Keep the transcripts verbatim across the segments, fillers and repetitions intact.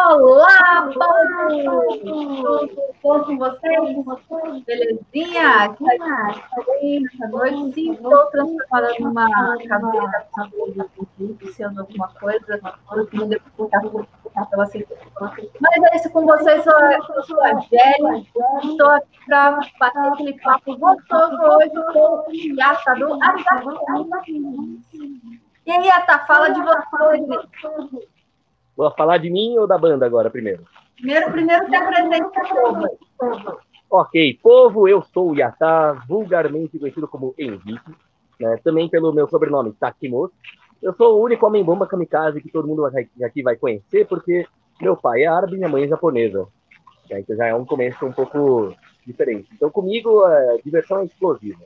Olá, povo! Tudo bom com vocês? Belezinha? Aí, nessa noite, sim, estou transformada numa caveira egípcia ou alguma coisa. Não deu para ficar assim. Mas é isso com vocês, eu sou a Gélia. Estou aqui para bater aquele papo gostoso hoje com o Yata do Atá. E aí, Yata, fala de você. Vou falar de mim ou da banda agora, primeiro? Primeiro, primeiro se apresente o povo. Ok, povo, eu sou o Yata, vulgarmente conhecido como Henrique, né? Também pelo meu sobrenome, Takimoto. Eu sou o único homem-bomba kamikaze que todo mundo aqui vai conhecer, porque meu pai é árabe e minha mãe é japonesa. Né? Então já é um começo um pouco diferente. Então comigo, a diversão é explosiva.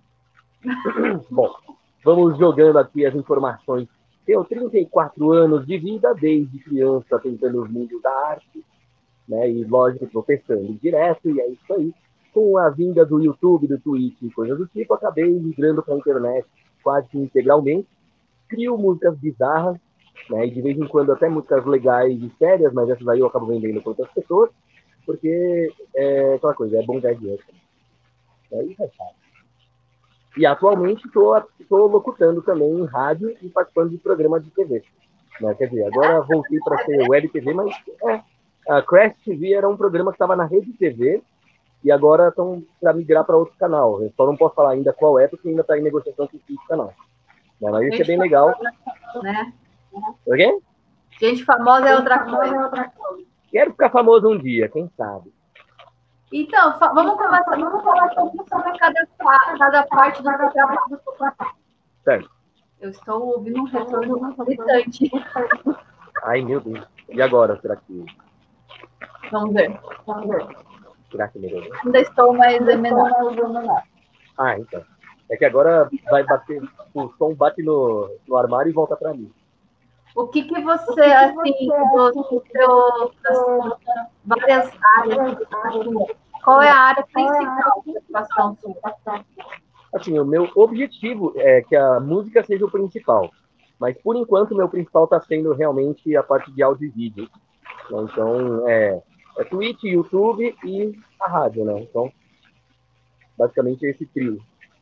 Bom, vamos jogando aqui as informações. Tenho trinta e quatro anos de vida, desde criança tentando os mundos da arte, né? E lógico, tropeçando direto, e é isso aí. Com a vinda do YouTube, do Twitch e coisas do tipo, acabei migrando para a internet quase que integralmente. Crio músicas bizarras, né? E de vez em quando até músicas legais e sérias, mas essas aí eu acabo vendendo para outras pessoas, porque é aquela coisa, é bom ganhar dinheiro. É isso, é chato. E atualmente estou locutando também em rádio e participando de programa de T V. Né? Quer dizer, agora voltei para ser web T V, mas é, a Crash T V era um programa que estava na Rede T V e agora estão para migrar para outro canal. Eu só não posso falar ainda qual é, porque ainda está em negociação com esse canal. Né? Mas isso é bem legal. Né? O quê? Gente famosa é outra coisa. Quero ficar famoso um dia, quem sabe? Então, vamos conversar, vamos falar sobre cada, cada parte do seu trabalho. Certo. Eu estou ouvindo um retorno gritante. Ai, meu Deus. E agora, será que... Vamos ver. Vamos ver. Será que melhorou? Ainda estou mais menor. Ah, então. É que agora vai bater, o som bate no, no armário e volta para mim. O que que você, assim, do seu, das várias áreas, qual é a área principal da atuação sua? Assim, o meu objetivo é que a música seja o principal, mas por enquanto meu principal está sendo realmente a parte de áudio e vídeo. Então, é, é Twitch, YouTube e a rádio, né? Então, basicamente é esse trio.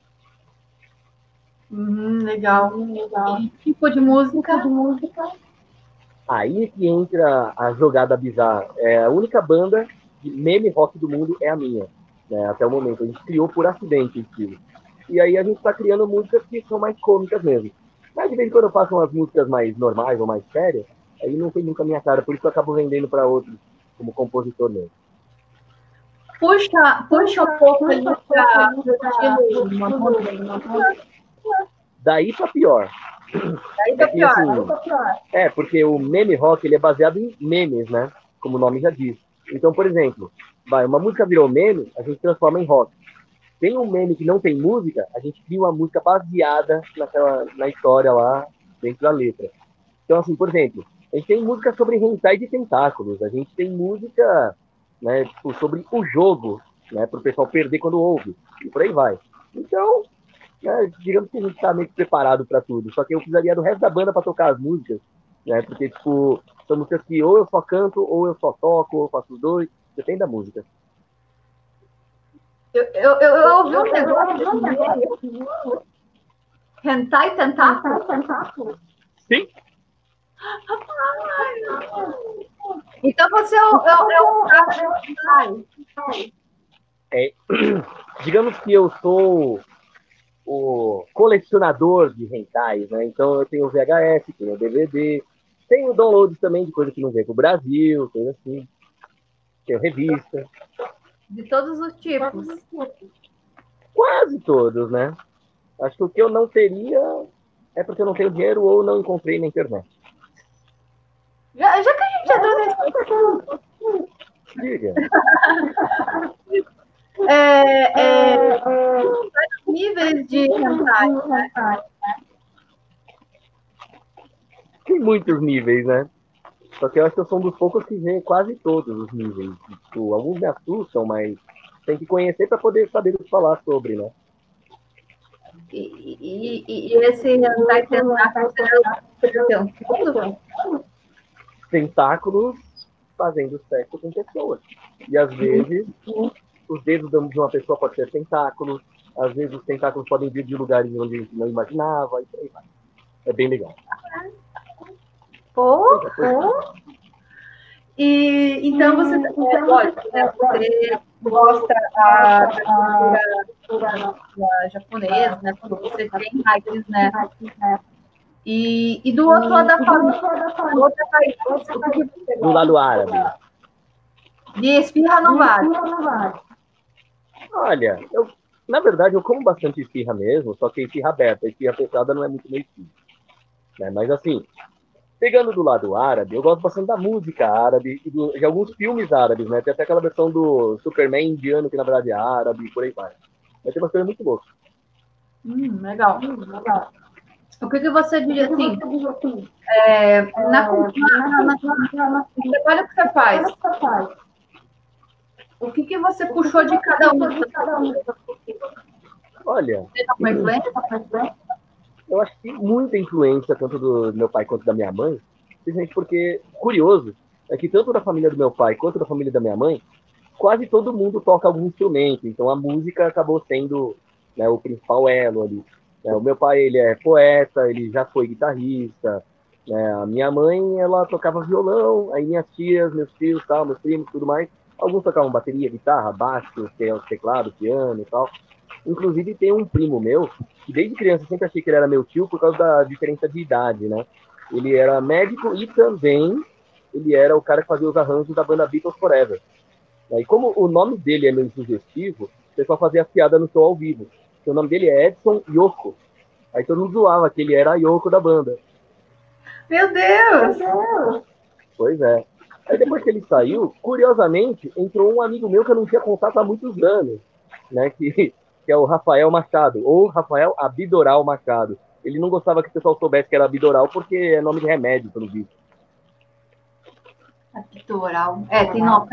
Hum, legal, legal. E tipo de música? De música? Aí que entra a jogada bizarra. É, a única banda de meme rock do mundo é a minha, né? Até o momento. A gente criou por acidente o estilo. E aí a gente está criando músicas que são mais cômicas mesmo. Mas de vez em quando eu faço umas músicas mais normais ou mais sérias, aí não tem nunca a minha cara, por isso eu acabo vendendo para outros, como compositor mesmo. Puxa, puxa um pouco ali para o estilo. Daí para pior. Daí para pior, assim, pior. É, porque o meme rock ele é baseado em memes, né? Como o nome já diz. Então, por exemplo, vai, uma música virou meme, a gente transforma em rock. Tem um meme que não tem música, a gente cria uma música baseada naquela, na história lá, dentro da letra. Então, assim, por exemplo, a gente tem música sobre hentai de tentáculos, a gente tem música, né, tipo, sobre o jogo, né, para o pessoal perder quando ouve, e por aí vai. Então, né, digamos que a gente está meio que preparado para tudo, só que eu precisaria do resto da banda para tocar as músicas, né, porque, tipo, são músicas que ou eu só canto, ou eu só toco, ou eu faço os dois, depende da música. Eu, eu, eu, eu ouvi um negócio. Hentai tentáculo? Sim. Então você é o, é, é o cara do hentai. É, digamos que eu sou o colecionador de hentais, né? Então eu tenho V H S, tenho D V D, tenho download também de coisa que não vem pro Brasil, coisa assim. Tenho revista. De todos os tipos. Quase todos, né? Acho que o que eu não teria é porque eu não tenho dinheiro ou não encontrei na internet. Já, já que a gente entrou nesse... Diga. É, é, vários níveis de hentai, né? Tem muitos níveis, né? Só que eu acho que eu sou um dos poucos que vê quase todos os níveis. Tipo, alguns me assustam, mas tem que conhecer para poder saber o que falar sobre, né? E, e, e, e esse hentai tentáculo, Tentáculos fazendo sexo com pessoas. E às vezes, os dedos de uma pessoa podem ser tentáculos, às vezes os tentáculos podem vir de lugares onde a gente não imaginava, e aí vai. É bem legal. Pô, pô. E então você, é, lógico, né, você gosta da, da cultura japonesa, né? Porque você tem raízes, né? E, e do outro lado da família, outra raiz, o que você gosta? Do lado árabe. De esfirra não vale. Olha, eu, na verdade, eu como bastante esfirra mesmo, só que esfirra aberta, esfirra fechada não é muito meu estilo. Né? Mas assim, pegando do lado árabe, eu gosto bastante da música árabe e do, de alguns filmes árabes, né? Tem até aquela versão do Superman indiano, que na verdade é árabe, e por aí vai. Mas tem uma coisa muito louca. Hum, legal. legal. O que, que você diria assim? É, na, na, na, na, na, no trabalho que você faz, o que, que você puxou de cada um? Olha, você tá com uma influência? Eu acho que muita influência, tanto do meu pai quanto da minha mãe, simplesmente porque, curioso, é que tanto da família do meu pai quanto da família da minha mãe, quase todo mundo toca algum instrumento, então a música acabou sendo, né, o principal elo ali. O meu pai, ele é poeta, ele já foi guitarrista, né, a minha mãe, ela tocava violão, aí minhas tias, meus tios, tal, meus primos, tudo mais, alguns tocavam bateria, guitarra, baixo, teclado, piano e tal. Inclusive tem um primo meu, que desde criança eu sempre achei que ele era meu tio por causa da diferença de idade, né? Ele era médico e também ele era o cara que fazia os arranjos da banda Beatles Forever. E como o nome dele é meio sugestivo, o pessoal fazia piada no show ao vivo. O nome dele é Edson Yoko. Aí todo mundo zoava que ele era a Yoko da banda. Meu Deus! Meu Deus! Pois é. Aí depois que ele saiu, curiosamente, entrou um amigo meu que eu não tinha contato há muitos anos, né? Que, que é o Rafael Machado, ou Rafael Abidoral Machado. Ele não gostava que o pessoal soubesse que era Abidoral, porque é nome de remédio, pelo visto. Abidoral. É, tem nome.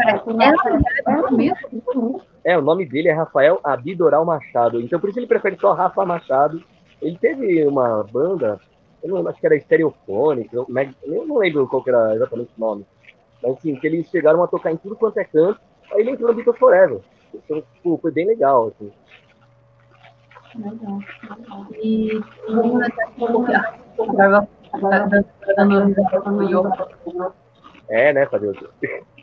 É, é, o nome dele é Rafael Abidoral Machado. Então, por isso ele prefere só Rafa Machado. Ele teve uma banda, eu não acho que era Stereofônica, eu não lembro qual que era exatamente o nome. Mas, assim, que eles chegaram a tocar em tudo quanto é canto, aí ele entrou no Beatles Forever. Então, tipo, foi bem legal, assim. Legal. E vamos agora é, né, fazer o quê?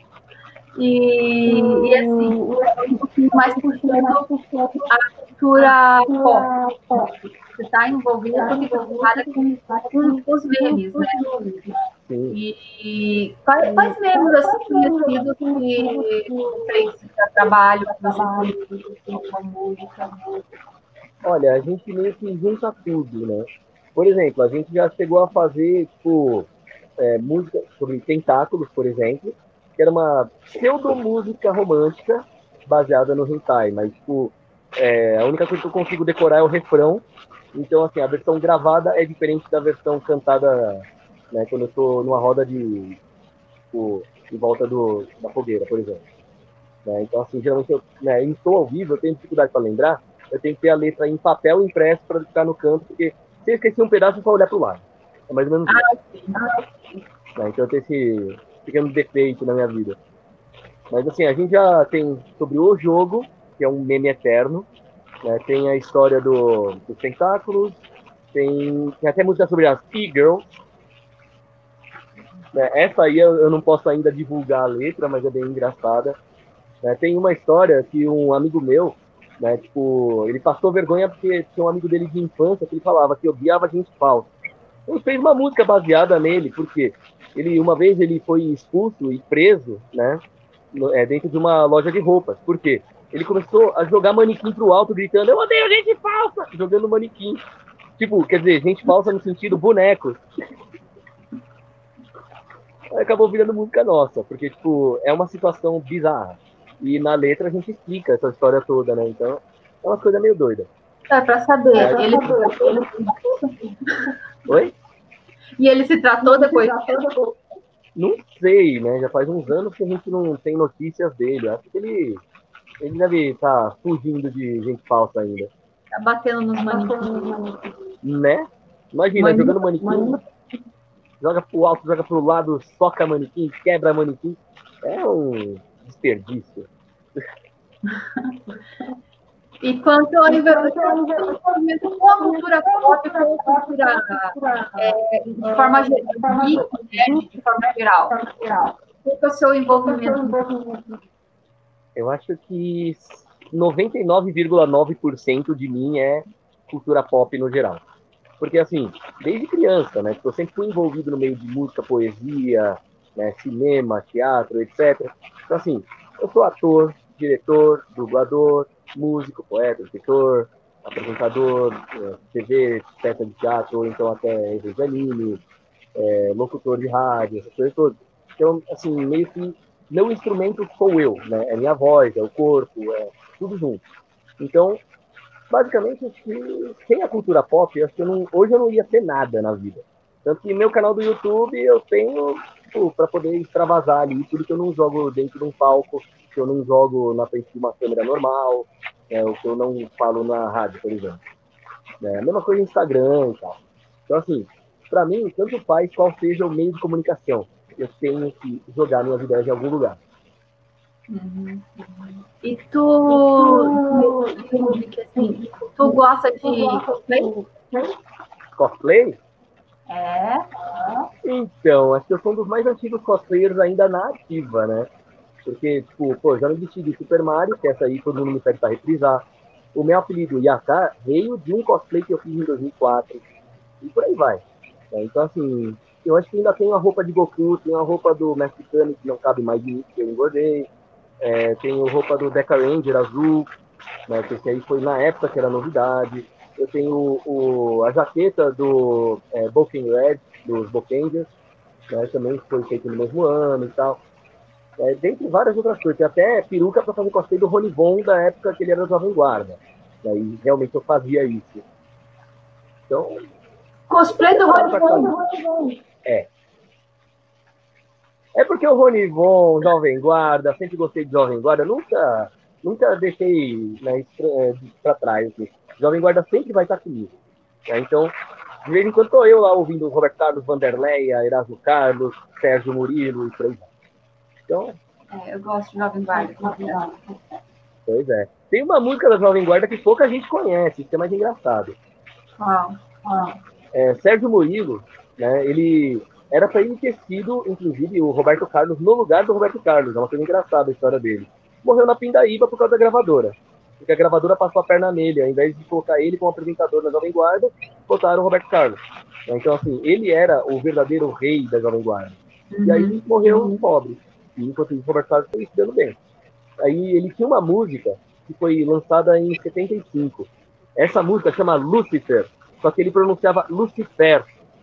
E, e assim, um pouquinho mais puxando a cultura pop. Você está envolvido porque você trabalha com, com os memes, né? Sim. E quais, quais memes assim conhecidos que vocês trabalham, que vocês com música? Olha, a gente meio que junta tudo, né? Por exemplo, a gente já chegou a fazer, tipo, é, música sobre tentáculos, por exemplo, que era uma pseudo-música romântica baseada no hentai, mas, tipo, é, a única coisa que eu consigo decorar é o refrão. Então, assim, a versão gravada é diferente da versão cantada, né, quando eu tô numa roda de, tipo, em volta do, da fogueira, por exemplo. Né? Então, assim, geralmente, eu, né, em som ao vivo, eu tenho dificuldade para lembrar, eu tenho que ter a letra em papel impresso para ficar no canto, porque se eu esqueci um pedaço, é só olhar para o lado. É mais ou menos isso. Ah, sim. Né? Então, eu tenho esse pequeno defeito na minha vida. Mas, assim, a gente já tem sobre o jogo, que é um meme eterno, né? Tem a história do, dos tentáculos, tem, tem até música sobre as e-girls. Né? Essa aí eu, eu não posso ainda divulgar a letra, mas é bem engraçada. Né? Tem uma história que um amigo meu, né, tipo, ele passou vergonha porque tinha um amigo dele de infância que ele falava que odiava gente falsa. Ele fez uma música baseada nele, porque ele, uma vez ele foi expulso e preso, né, no, é, dentro de uma loja de roupas. Por quê? Ele começou a jogar manequim pro alto, gritando, eu odeio gente falsa! Jogando manequim. Tipo, quer dizer, gente falsa no sentido bonecos. Aí acabou virando música nossa, porque, tipo, é uma situação bizarra. E na letra a gente explica essa história toda, né? Então, é uma coisa meio doida. É, pra saber. É, ele... Oi? E ele se tratou depois disso? Não sei, né? Já faz uns anos que a gente não tem notícias dele. Acho que ele, ele deve estar fugindo de gente falsa ainda. Tá batendo nos manequins. Né? Imagina, Mani... jogando manequim. Mani... Joga pro alto, joga pro lado, soca manequim, quebra manequim. É um desperdício. E quanto ao envolvimento com a cultura pop, com a cultura é, de forma geral, de forma geral, qual é o seu envolvimento? Eu acho que noventa e nove vírgula nove por cento de mim é cultura pop no geral. Porque, assim, desde criança, né? Eu sempre fui envolvido no meio de música, poesia, né, cinema, teatro, etcétera. Então, assim, eu sou ator, diretor, dublador, músico, poeta, escritor, apresentador, T V, peça de teatro, ou então até de anime, é, locutor de rádio, essas coisas todas. Então, assim, meio que meu instrumento sou eu, né? É minha voz, é o corpo, é tudo junto. Então, basicamente, acho que sem a cultura pop, acho que eu não, hoje eu não ia ter nada na vida. Tanto que meu canal do YouTube eu tenho para poder extravasar ali tudo que eu não jogo dentro de um palco, que eu não jogo na frente de uma câmera normal, é, o que eu não falo na rádio, por exemplo. É, a mesma coisa no Instagram e tal. Então, assim, para mim, tanto faz qual seja o meio de comunicação. Eu tenho que jogar minhas ideias em algum lugar. Uhum. E tu, assim, tu gosta de cosplay? Cosplay? É. Então, acho que eu sou um dos mais antigos cosplayers ainda na ativa, né? Porque, tipo, pô, já me vesti de Super Mario, que essa aí todo mundo me pede pra reprisar. O meu apelido Yaka veio de um cosplay que eu fiz em dois mil e quatro. E por aí vai. Então, assim, eu acho que ainda tenho a roupa de Goku, tenho a roupa do Mestre Kami, que não cabe mais de mim, porque eu engordei. É, tenho roupa do Deca Ranger azul, né, que esse aí foi na época que era novidade. Eu tenho o, a jaqueta do é, Boken Red, dos Bokengers, né, também foi feito no mesmo ano e tal. É, dentre várias outras coisas. Tem até peruca para fazer cosplay do Rony Von da época que ele era Jovem Guarda. E realmente eu fazia isso. Então. Cosplay do Rony Von? É. É porque o Rony Von, Jovem Guarda, sempre gostei de Jovem Guarda, nunca, nunca deixei, né, para trás. Assim. Jovem Guarda sempre vai estar comigo. Né? Então, de vez em quando estou eu lá ouvindo Roberto Carlos, Vanderleia, Erasmo Carlos, Sérgio Murilo e por aí vai. Então. É, eu gosto de Jovem Guarda. Pois é. Tem uma música da Jovem Guarda que pouca gente conhece, isso é mais engraçado. Ah. Ah. É, Sérgio Murilo, né, ele era para ele ter sido, inclusive, o Roberto Carlos no lugar do Roberto Carlos. É uma coisa engraçada a história dele. Morreu na Pindaíba por causa da gravadora. Porque a gravadora passou a perna nele. Ao invés de colocar ele como apresentador da Jovem Guarda, botaram o Roberto Carlos. Então, assim, ele era o verdadeiro rei da Jovem Guarda. Uhum. E aí morreu uhum. pobre. E enquanto isso, o Roberto Carlos foi se dando bem. Aí ele tinha uma música que foi lançada em setenta e cinco. Essa música chama Lucifer, só que ele pronunciava Lucifer.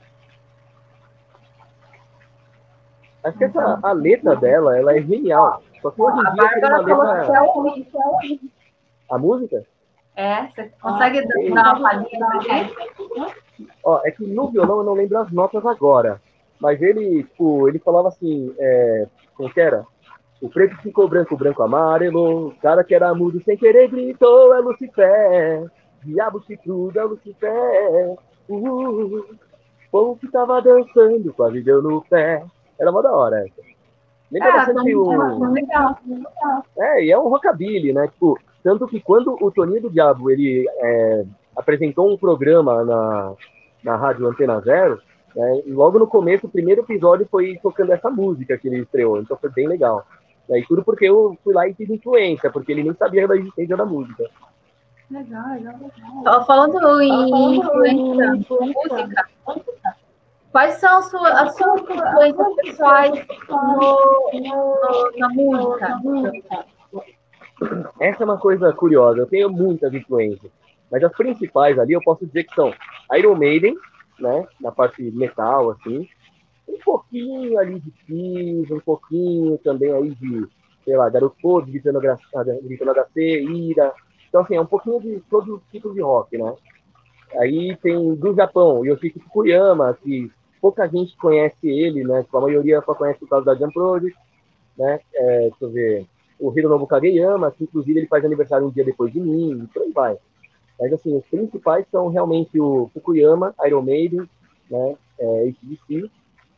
Acho que essa, a letra dela, ela é genial. Só que hoje em dia tem uma letra... A música? É, você consegue ah, dar uma palhinha pra gente? Ó, é que no violão eu não lembro as notas agora. Mas ele, tipo, ele falava assim, é, como que era? O preto ficou branco, o branco amarelo. O cara que era mudo sem querer gritou, é Lucifer. Diabo chifrudo, é Lucifer. Uh, o povo que tava dançando quase deu no pé. Era mó da hora essa. Lembra é, bastante o... Legal, legal. É, e é um rockabilly, né? Tipo, tanto que quando o Toninho do Diabo, ele é, apresentou um programa na, na rádio Antena Zero, né, e logo no começo, o primeiro episódio foi tocando essa música que ele estreou. Então foi bem legal. E tudo porque eu fui lá e fiz influência, porque ele nem sabia da existência da música. Legal, legal, legal. Falando em influência, música, quais são as suas, as suas influências pessoais no, no, na música? Essa é uma coisa curiosa. Eu tenho muitas influências, mas as principais ali eu posso dizer que são Iron Maiden, né, na parte metal, assim, um pouquinho ali de Kiss, um pouquinho também aí de, sei lá, Garoto Podre, gritando H C, Ira. Então, assim, é um pouquinho de todos os tipos de rock, né? Aí tem do Japão, Yoshiki Fukuyama, que pouca gente conhece ele, né? A maioria só conhece por causa da Jump Project, né? É, deixa eu ver, o Hironobu Kageyama, que inclusive ele faz aniversário um dia depois de mim, e por aí vai. Mas, assim, os principais são realmente o Fukuyama, Iron Maiden, né? É, A C D C.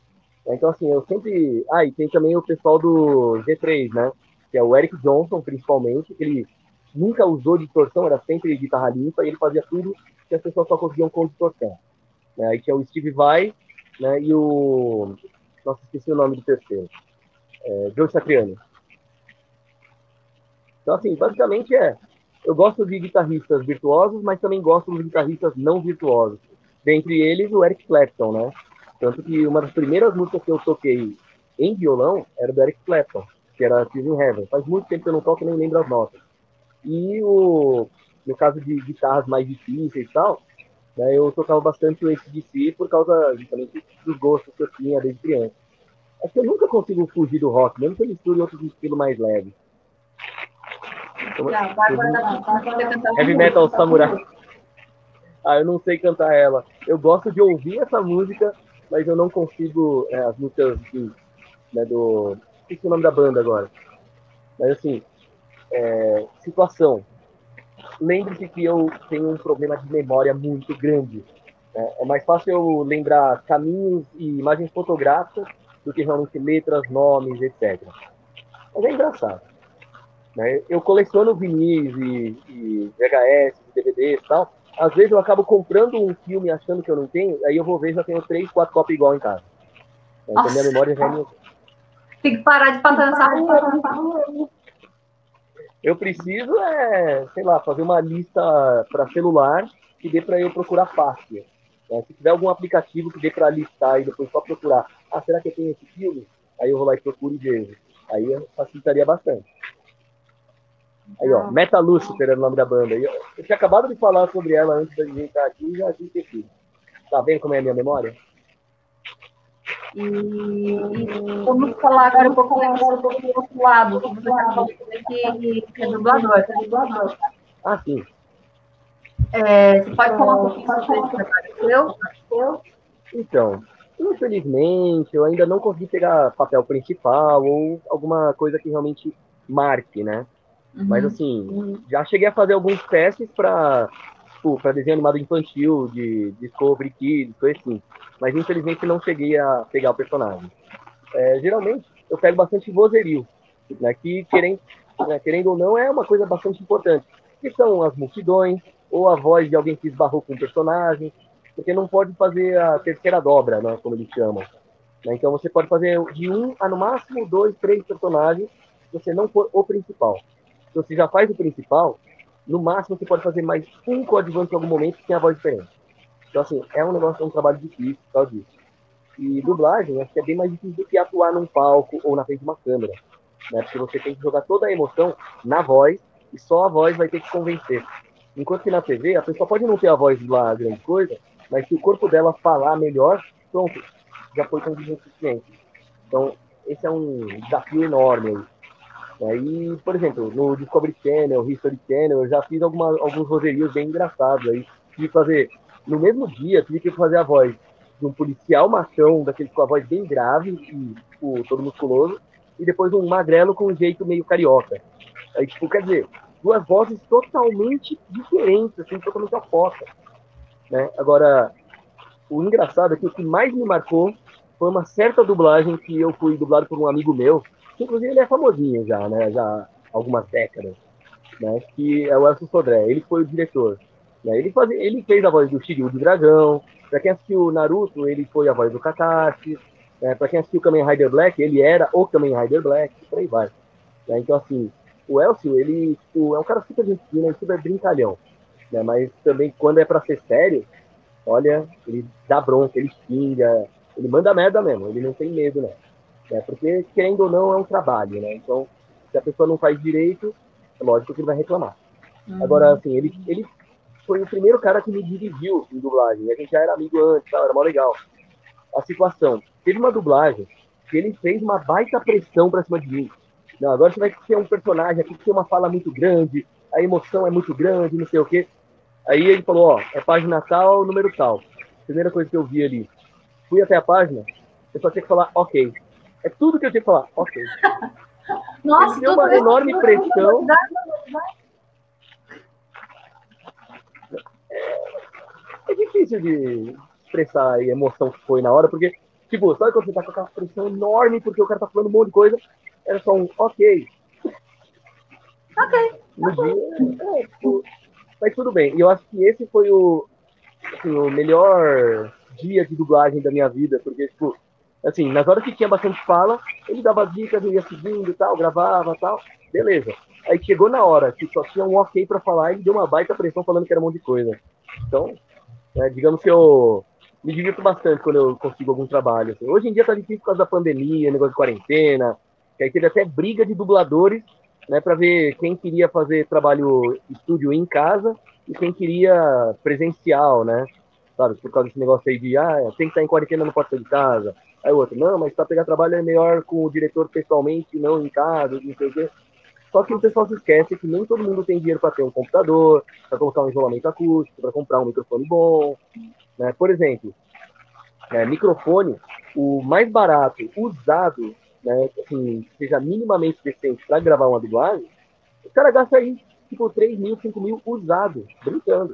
Então, assim, eu sempre... Ah, e tem também o pessoal do G três, né? Que é o Eric Johnson, principalmente, que ele nunca usou distorção, era sempre guitarra limpa, e ele fazia tudo que as pessoas só conseguiam com distorção. Né? Aí tinha o Steve Vai, né? E o... Nossa, esqueci o nome do terceiro. É, Joe Satriani. Então, assim, basicamente é... Eu gosto de guitarristas virtuosos, mas também gosto de guitarristas não virtuosos. Dentre eles, o Eric Clapton, né? Tanto que uma das primeiras músicas que eu toquei em violão era do Eric Clapton, que era Tears in Heaven. Faz muito tempo que eu não toco e nem lembro as notas. E o, no caso de guitarras mais difíceis e tal, né, eu tocava bastante o A C D C por causa justamente dos gostos que eu tinha desde criança. Acho que eu nunca consigo fugir do rock, mesmo que eu misture outros estilos mais leves. Então, Não, Bárbara, não, Bárbara cantar uma Heavy Metal música. Samurai. Ah, eu não sei cantar ela. Eu gosto de ouvir essa música, mas eu não consigo. É, as músicas de, né, do. Esqueci o nome da banda agora. Mas assim, é, situação. Lembre-se que eu tenho um problema de memória muito grande. Né? É mais fácil eu lembrar caminhos e imagens fotográficas do que realmente letras, nomes, etcétera. Mas é engraçado. Né? Eu coleciono vinis e, e V H S, D V Ds e tal. Às vezes eu acabo comprando um filme achando que eu não tenho, aí eu vou ver e já tenho três, quatro cópias igual em casa. Então Nossa, minha memória já é minha... tem que parar de passar nessa rua. Eu preciso, é, sei lá, fazer uma lista para celular que dê para eu procurar fácil. Né? Se tiver algum aplicativo que dê para listar e depois só procurar, ah, será que eu tenho esse filme? Aí eu vou lá e procuro e vejo. Aí facilitaria bastante. Aí, ó, Meta Lucifer era o nome da banda. Eu, eu tinha acabado de falar sobre ela antes da gente estar aqui e já tinha esquecido. Tá vendo como é a minha memória? E, e vamos falar agora um pouco sobre o outro lado, que você acabou de dizer que, que é dublador. Ah, sim. É, você pode falar um pouquinho sobre esse trabalho seu? Então, infelizmente, eu ainda não consegui pegar papel principal ou alguma coisa que realmente marque, né? Uhum. Mas, assim, já cheguei a fazer alguns testes para tipo, para desenho animado infantil, de Discovery Kids, coisa assim. Mas, infelizmente, não cheguei a pegar o personagem. É, geralmente, eu pego bastante vozerio, né? Que, querendo, né, querendo ou não, é uma coisa bastante importante. Que são as multidões, ou a voz de alguém que esbarrou com um personagem, porque não pode fazer a terceira dobra, né, como eles chamam. Né? Então você pode fazer de um a no máximo dois, três personagens, se você não for o principal. Se você já faz o principal, no máximo você pode fazer mais um coadjuvante em algum momento que tem a voz diferente. Então, assim, é um negócio, é um trabalho difícil por causa disso. E dublagem, acho que é bem mais difícil do que atuar num palco ou na frente de uma câmera. Né? Porque você tem que jogar toda a emoção na voz e só a voz vai ter que convencer. Enquanto que na T V, a pessoa pode não ter a voz lá grande coisa, mas se o corpo dela falar melhor, pronto, já foi conveniente o suficiente. Então, esse é um desafio enorme. Aí, por exemplo, no Discovery Channel, History Channel, eu já fiz alguma, alguns roteirinhos bem engraçados. Aí tive que fazer, no mesmo dia, tive que fazer a voz de um policial machão, daquele com a voz bem grave e tipo, todo musculoso, e depois um magrelo com um jeito meio carioca. Aí, tipo, quer dizer, duas vozes totalmente diferentes, assim, totalmente opostas. Né? Agora, o engraçado é que o que mais me marcou foi uma certa dublagem que eu fui dublado por um amigo meu, que inclusive ele é famosinho já, né? Já há algumas décadas, né? Que é o Elcio Sodré. Ele foi o diretor. Né? Ele, faz, ele fez a voz do Shiryu do Dragão. Pra quem assistiu Naruto, ele foi a voz do Kakashi. Né? Pra quem assistiu Kamen Rider Black, ele era o Kamen Rider Black. E por aí vai. Né? Então, assim, o Elcio, ele tipo, é um cara super gentil, super brincalhão. Né? Mas também, quando é pra ser sério, olha, ele dá bronca, ele xinga, ele manda merda mesmo, ele não tem medo, né? É, porque, querendo ou não, é um trabalho, né? Então, se a pessoa não faz direito, é lógico que ele vai reclamar. Uhum. Agora, assim, ele, ele foi o primeiro cara que me dirigiu em dublagem. A gente já era amigo antes, tá? Era mó legal. A situação, teve uma dublagem que ele fez uma baita pressão pra cima de mim. Não, agora você vai ter um personagem aqui que tem uma fala muito grande, a emoção é muito grande, não sei o quê. Aí ele falou, ó, é página tal, número tal. Primeira coisa que eu vi ali, fui até a página, eu só tinha que falar, ok. É tudo que eu tinha que falar, ok. Nossa, ele deu uma enorme isso, pressão. É, é difícil de expressar a emoção que foi na hora, porque Tipo, sabe quando você tá com aquela pressão enorme porque o cara tá falando um monte de coisa? Era só um ok. Ok. No dia, é, tipo, mas tudo bem. E eu acho que esse foi o, assim, o melhor dia de dublagem da minha vida, porque, tipo, assim, nas horas que tinha bastante fala, ele dava as dicas, eu ia seguindo e tal, gravava e tal, beleza. Aí chegou na hora que só tinha um ok pra falar, ele deu uma baita pressão falando que era um monte de coisa. Então, é, digamos que eu me divirto bastante quando eu consigo algum trabalho. Assim. Hoje em dia tá difícil por causa da pandemia, negócio de quarentena, que aí teve até briga de dubladores, né, para ver quem queria fazer trabalho estúdio em casa e quem queria presencial, né? Sabe, por causa desse negócio aí de, ah, tem que estar em quarentena, não pode sair de casa. Aí o outro, não, mas para pegar trabalho é melhor com o diretor pessoalmente, não em casa, não sei o quê. Só que o pessoal se esquece que nem todo mundo tem dinheiro para ter um computador, para colocar um isolamento acústico, para comprar um microfone bom, né? Por exemplo, é, microfone, o mais barato, usado, né, assim, que seja minimamente decente para gravar uma dublagem, o cara gasta aí, tipo, três mil, cinco mil usado, brincando.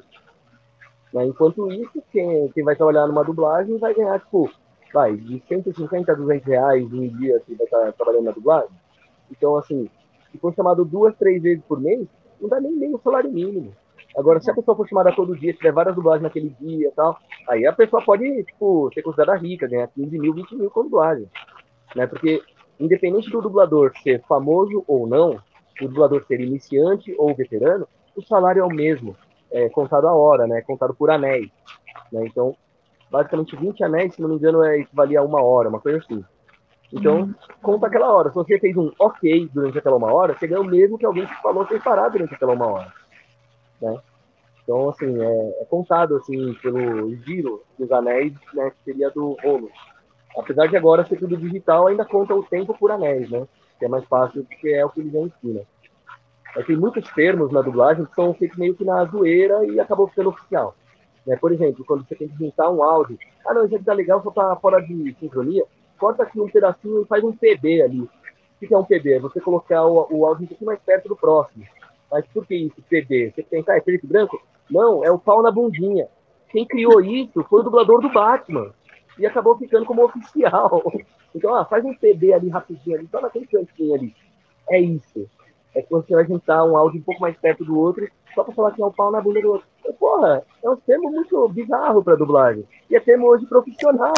Né? Enquanto isso, quem, quem vai trabalhar numa dublagem vai ganhar, tipo, vai, de cento e cinquenta a duzentos reais em um dia que vai estar trabalhando na dublagem. Então, assim, se for chamado duas, três vezes por mês, não dá nem meio salário mínimo. Agora, se a pessoa for chamada todo dia, tiver várias dublagens naquele dia e tal, aí a pessoa pode, tipo, ser considerada rica, ganhar quinze mil, vinte mil com dublagem. Né? Porque, independente do dublador ser famoso ou não, o dublador ser iniciante ou veterano, o salário é o mesmo, é contado a hora, né? Contado por anéis. Né? Então, basicamente, vinte anéis, se não me engano, é equivalia a uma hora, uma coisa assim. Então, hum. conta aquela hora. Se você fez um ok durante aquela uma hora, você ganha o mesmo que alguém que falou sem parar durante aquela uma hora. Né? Então, assim, é, é contado assim, pelo giro dos anéis, né, que seria do rolo. Apesar de agora ser tudo digital, ainda conta o tempo por anéis, né? Que é mais fácil, porque é o que eles já ensinam. Mas tem muitos termos na dublagem que são feitos meio que na zoeira e acabou ficando oficial. Né? Por exemplo, quando você tem que juntar um áudio, ah, não, isso aqui tá legal, só tá fora de sincronia, corta aqui um pedacinho e faz um P B ali. O que é um P B? É você colocar o, o áudio um pouquinho mais perto do próximo. Mas por que isso, P B? Você pensa, ah, é preto e branco? Não, é o pau na bundinha. Quem criou isso foi o dublador do Batman. E acabou ficando como oficial. Então, ah, faz um P B ali rapidinho, ali, só naquele cantinho ali. É isso. É que você vai juntar um áudio um pouco mais perto do outro, só pra falar que é um pau na bunda do outro. E, porra, é um termo muito bizarro pra dublagem. E é termo hoje profissional.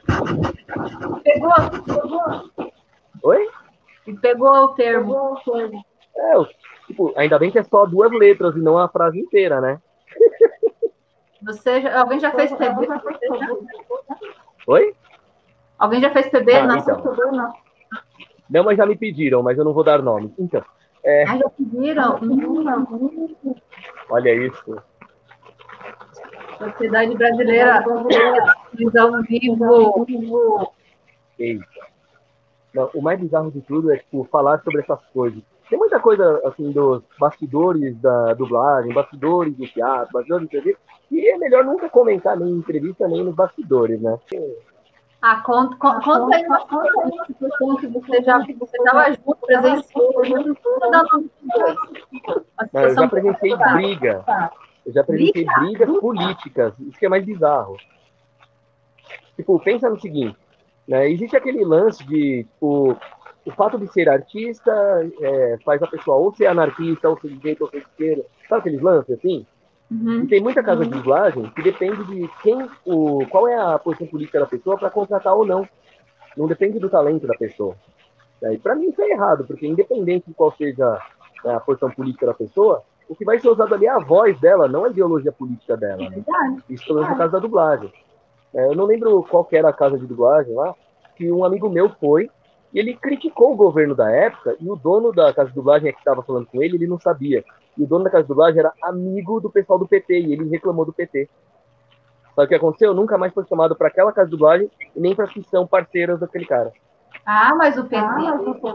Pegou? Pegou? Oi? E pegou o termo. Pegou o termo. É, tipo, ainda bem que é só duas letras e não a frase inteira, né? Você já, alguém já fez P B? Oi? Alguém já fez P B? Ah, não, então. não. Não, mas já me pediram, mas eu não vou dar nome. Então. É... Ah, já pediram? Olha isso. Sociedade Brasileira ao vivo. Eita. Não, o mais bizarro de tudo é tipo, falar sobre essas coisas. Tem muita coisa assim dos bastidores da dublagem, bastidores do teatro, bastidores do T V, e é melhor nunca comentar nem em entrevista, nem nos bastidores, né? Ah, conta, conta, conta aí uma situação que você já você estava junto, presenciou, não, eu já presenciei briga. Eu já presenciei briga? brigas políticas. Isso que é mais bizarro. Tipo, pensa no seguinte, né? Existe aquele lance de, tipo, o fato de ser artista é, faz a pessoa ou ser anarquista, ou ser de direita, ou ser de esquerda. Sabe aqueles lances assim? Uhum. E tem muita casa de dublagem que depende de quem, o, qual é a posição política da pessoa para contratar ou não. Não depende do talento da pessoa. E para mim isso é errado, porque independente de qual seja a posição política da pessoa, o que vai ser usado ali é a voz dela, não a ideologia política dela. Né? Isso pelo menos no caso da dublagem. Eu não lembro qual que era a casa de dublagem lá, que um amigo meu foi, e ele criticou o governo da época, e o dono da casa de dublagem que estava falando com ele, ele não sabia. E o dono da casa de dublagem era amigo do pessoal do P T, e ele reclamou do P T. Sabe o que aconteceu? Nunca mais foi chamado para aquela casa de dublagem, e nem para que são parceiras daquele cara. Ah, mas o P T... Ah,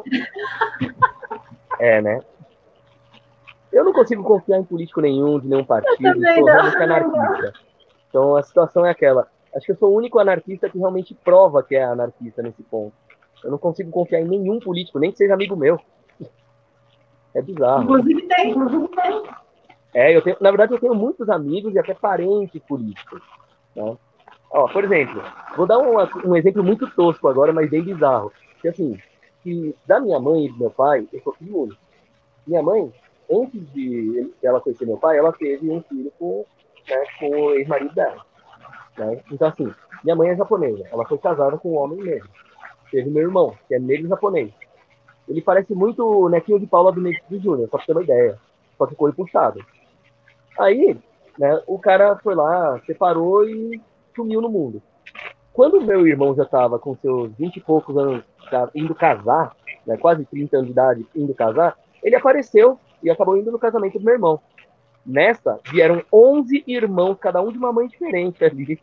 é, né? Eu não consigo confiar em político nenhum, de nenhum partido, eu sou realmente anarquista. Então a situação é aquela. Acho que eu sou o único anarquista que realmente prova que é anarquista nesse ponto. Eu não consigo confiar em nenhum político, nem que seja amigo meu. É bizarro. Inclusive tem. É, eu tenho, na verdade eu tenho muitos amigos e até parentes políticos. Né? Ó, por exemplo, vou dar um, um exemplo muito tosco agora, mas bem bizarro. Que assim, que da minha mãe e do meu pai, eu sou filho único. Minha mãe, antes de ela conhecer meu pai, ela teve um filho com, né, com o ex-marido dela. Né? Então, assim, minha mãe é japonesa. Ela foi casada com um homem negro. Teve meu irmão, que é negro japonês. Ele parece muito o nequinho de Paula do Negrito Júnior, só pra ter uma ideia. Só que com ele puxado. Aí, né, o cara foi lá, separou e sumiu no mundo. Quando meu irmão já estava com seus vinte e poucos anos indo casar, né, quase trinta anos de idade indo casar, ele apareceu e acabou indo no casamento do meu irmão. Nessa, vieram onze irmãos, cada um de uma mãe diferente ali.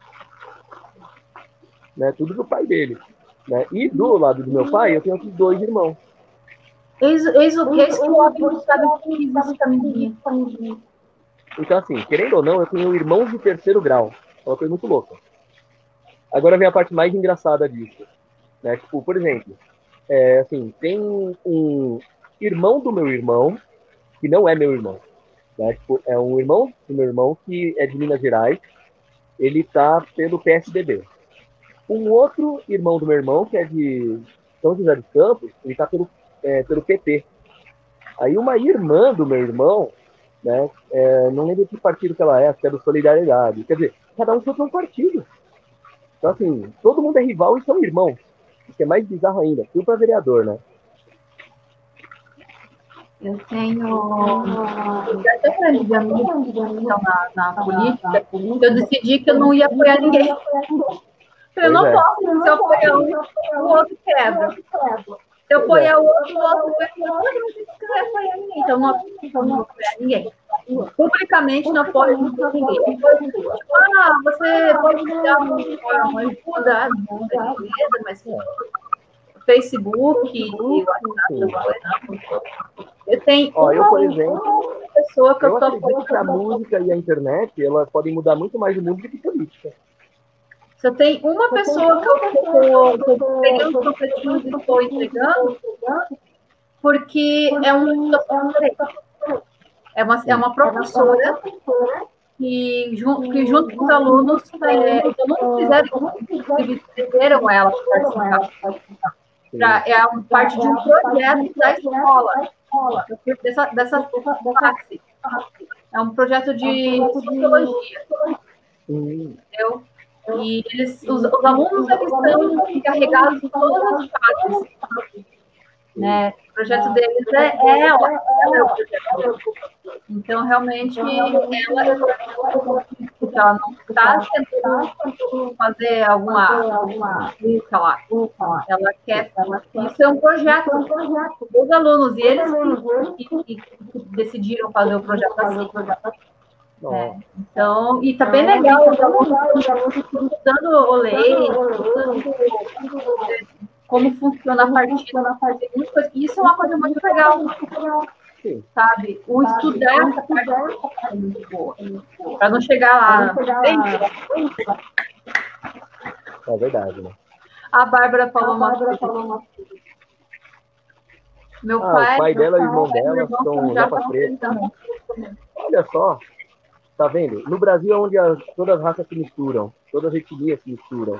Né, tudo do pai dele. Né? E do lado do meu pai, eu tenho outros dois irmãos. Eis, eis o que, eis que o avô sabe que fiz esse caminho. Então, assim, querendo ou não, eu tenho irmãos de terceiro grau. É uma coisa muito louca. Agora vem a parte mais engraçada disso. Né? Tipo, por exemplo, é, assim, tem um irmão do meu irmão, que não é meu irmão. Né? Tipo, é um irmão do meu irmão que é de Minas Gerais. Ele tá pelo P S D B. Um outro irmão do meu irmão, que é de São José dos Campos, ele tá pelo, é, pelo P T. Aí uma irmã do meu irmão, né, é, não lembro que partido que ela é, acho que é do Solidariedade. Quer dizer, cada um foi para um partido. Então, assim, todo mundo é rival e são irmãos. Isso é mais bizarro ainda. Tudo para vereador, né? Eu tenho. Eu até falei de amigos na, na política, eu decidi que eu não ia apoiar ninguém. Eu não posso, se eu apoiar um, o outro quebra. Se eu apoiar o outro, o outro vai não apoiar ninguém. Então, não, não vou apoiar ninguém. Publicamente não apoio ninguém. Tipo, ah, você pode dar uma ajuda, beleza, mas Facebook, WhatsApp, eu tenho Ó, uma eu, por exemplo, pessoa que eu, eu tô acredito que a música e a internet, elas podem mudar muito mais o mundo do que política. Só tem uma pessoa que eu estou pegando os panfletinhos e estou entregando, porque é um é uma, é uma professora que, junto, que junto com os alunos, é, os alunos fizeram, escreveram ela para participar. Pra, é uma parte de um projeto da escola, dessa, dessa classe. É um projeto de sociologia. Entendeu? E eles, os, os alunos eles estão encarregados de todas as fases. Né? O projeto deles é, é ela. ela é o projeto. Então, realmente, ela, ela não está tentando fazer alguma luta lá. Ela quer. Isso é um projeto dos alunos. E eles que, que, que decidiram fazer o projeto assim. É, então, e tá bem legal, os alunos estudando o lei, como funciona a partida, isso é uma coisa muito legal, sabe? O estudar essa parte é muito boa, para não chegar lá. É verdade, né? A Bárbara falou uma coisa. Meu ah, pai, o pai dela e o irmão pai, dela irmão estão já para preto. Olha só. Tá vendo? No Brasil é onde as, todas as raças se misturam, todas as etnias se misturam.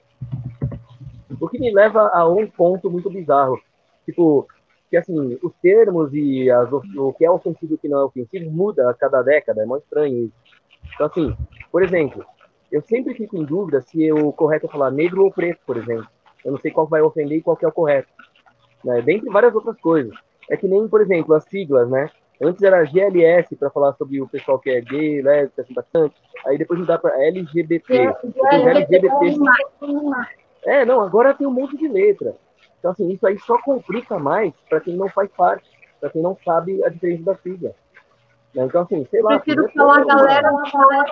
O que me leva a um ponto muito bizarro. Tipo, que assim, os termos e as, o que é ofensivo e o que não é ofensivo muda a cada década, é muito estranho isso. Então, assim, por exemplo, eu sempre fico em dúvida se é o correto é falar negro ou preto, por exemplo. Eu não sei qual vai ofender e qual que é o correto. Né? Dentre várias outras coisas. É que nem, por exemplo, as siglas, né? Antes era G L S para falar sobre o pessoal que é gay, lésbica, assim, bastante. Aí depois mudar para L G B T. Depois L G B T. É, não, agora tem um monte de letra. Então, assim, isso aí só complica mais para quem não faz parte, para quem não sabe a diferença da sigla. Né? Então, assim, sei lá. Prefiro falar galera do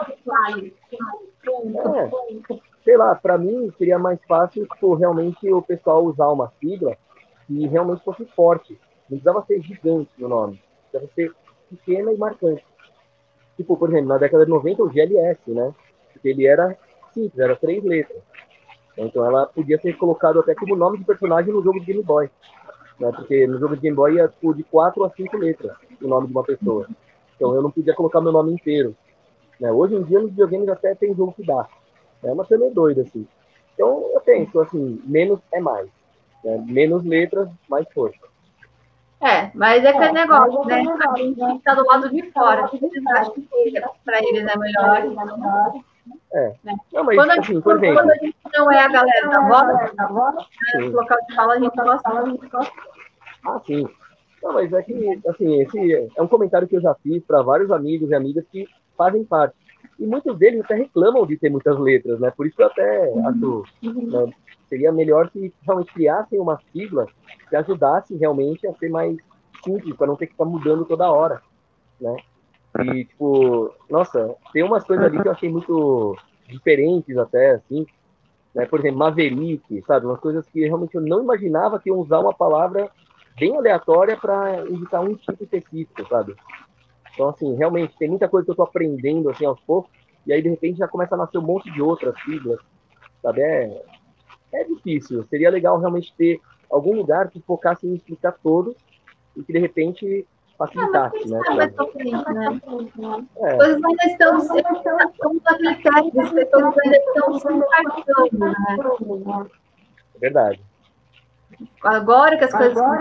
É, sei lá, para mim seria mais fácil, tipo, realmente o pessoal usar uma sigla que realmente fosse forte. Não precisava ser gigante no nome. Precisava ser pequena e marcante. Tipo, por exemplo, na década de noventa, o G L S, né? Porque ele era simples, era três letras. Então ela podia ser colocado até como nome de personagem no jogo de Game Boy. Né? Porque no jogo de Game Boy ia tipo, de quatro a cinco letras o nome de uma pessoa. Então eu não podia colocar meu nome inteiro. Né? Hoje em dia, nos videogames até tem jogo que dá. É uma coisa meio doida, assim. Então, eu penso, assim, menos é mais. Né? Menos letras, mais força. É, mas é aquele negócio, né? A gente está do lado de fora. Se eles acham que para eles é melhor, então, É. né? Não, mas, Quando a, assim, por gente, exemplo... quando a gente não é a galera da voz, né, no local de fala, a gente gosta. Ah, sim. Não, mas é que, assim, esse é um comentário que eu já fiz para vários amigos e amigas que fazem parte. E muitos deles até reclamam de ter muitas letras, né? Por isso que eu até acho, né, seria melhor se realmente criassem uma sigla que ajudasse realmente a ser mais simples, para não ter que ficar mudando toda hora, né? E, tipo, nossa, tem umas coisas ali que eu achei muito diferentes até, assim, né? Por exemplo, Maverick, sabe? Umas coisas que realmente eu não imaginava que iam usar uma palavra bem aleatória para indicar um tipo específico, sabe? Então, assim, realmente, tem muita coisa que eu tô aprendendo, assim, aos poucos, e aí, de repente, já começa a nascer um monte de outras siglas, sabe? É, é difícil. Seria legal realmente ter algum lugar que focasse em explicar todos e que, de repente, Ah, mas facilitasse, quem né? sabe mais Pra... pra frente, né? As É, coisas ainda estão, como naquele teste, os setores ainda estão se encaixando, né? é verdade. Agora que as coisas estão.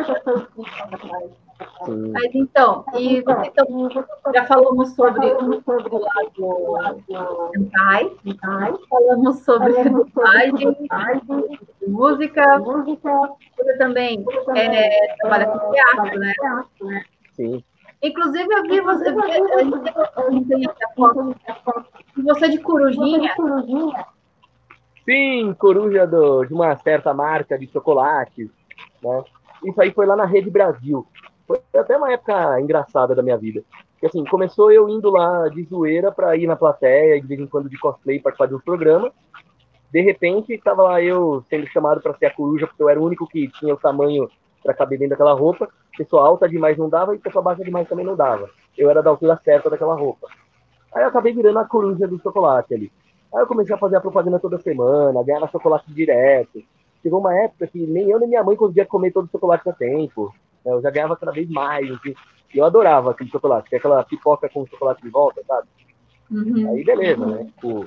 Sim. Mas então, e você então, já falamos sobre o lado mentais, falamos sobre dublagem, música, você também é, trabalha com teatro, né? Sim. Inclusive, eu vi você, a gente tem, tem aqui a foto de você de corujinha. Sim, coruja do, de uma certa marca de chocolate, né? Isso aí foi lá na Rede Brasil. Foi até uma época engraçada da minha vida. Porque, assim, começou eu indo lá de zoeira para ir na plateia, e de vez em quando de cosplay, participar do programa. De repente, estava lá eu sendo chamado para ser a coruja, porque eu era o único que tinha o tamanho para caber dentro daquela roupa. Pessoa alta demais não dava e pessoa baixa demais também não dava. Eu era da altura certa daquela roupa. Aí eu acabei virando a coruja do chocolate ali. Aí eu comecei a fazer a propaganda toda semana, ganhava chocolate direto. Chegou uma época que nem eu nem minha mãe conseguia comer todo o chocolate a tempo. Eu já ganhava cada vez mais, enfim. E eu adorava aquele chocolate, que é aquela pipoca com chocolate de volta, sabe? Uhum. Aí beleza, né? Tipo,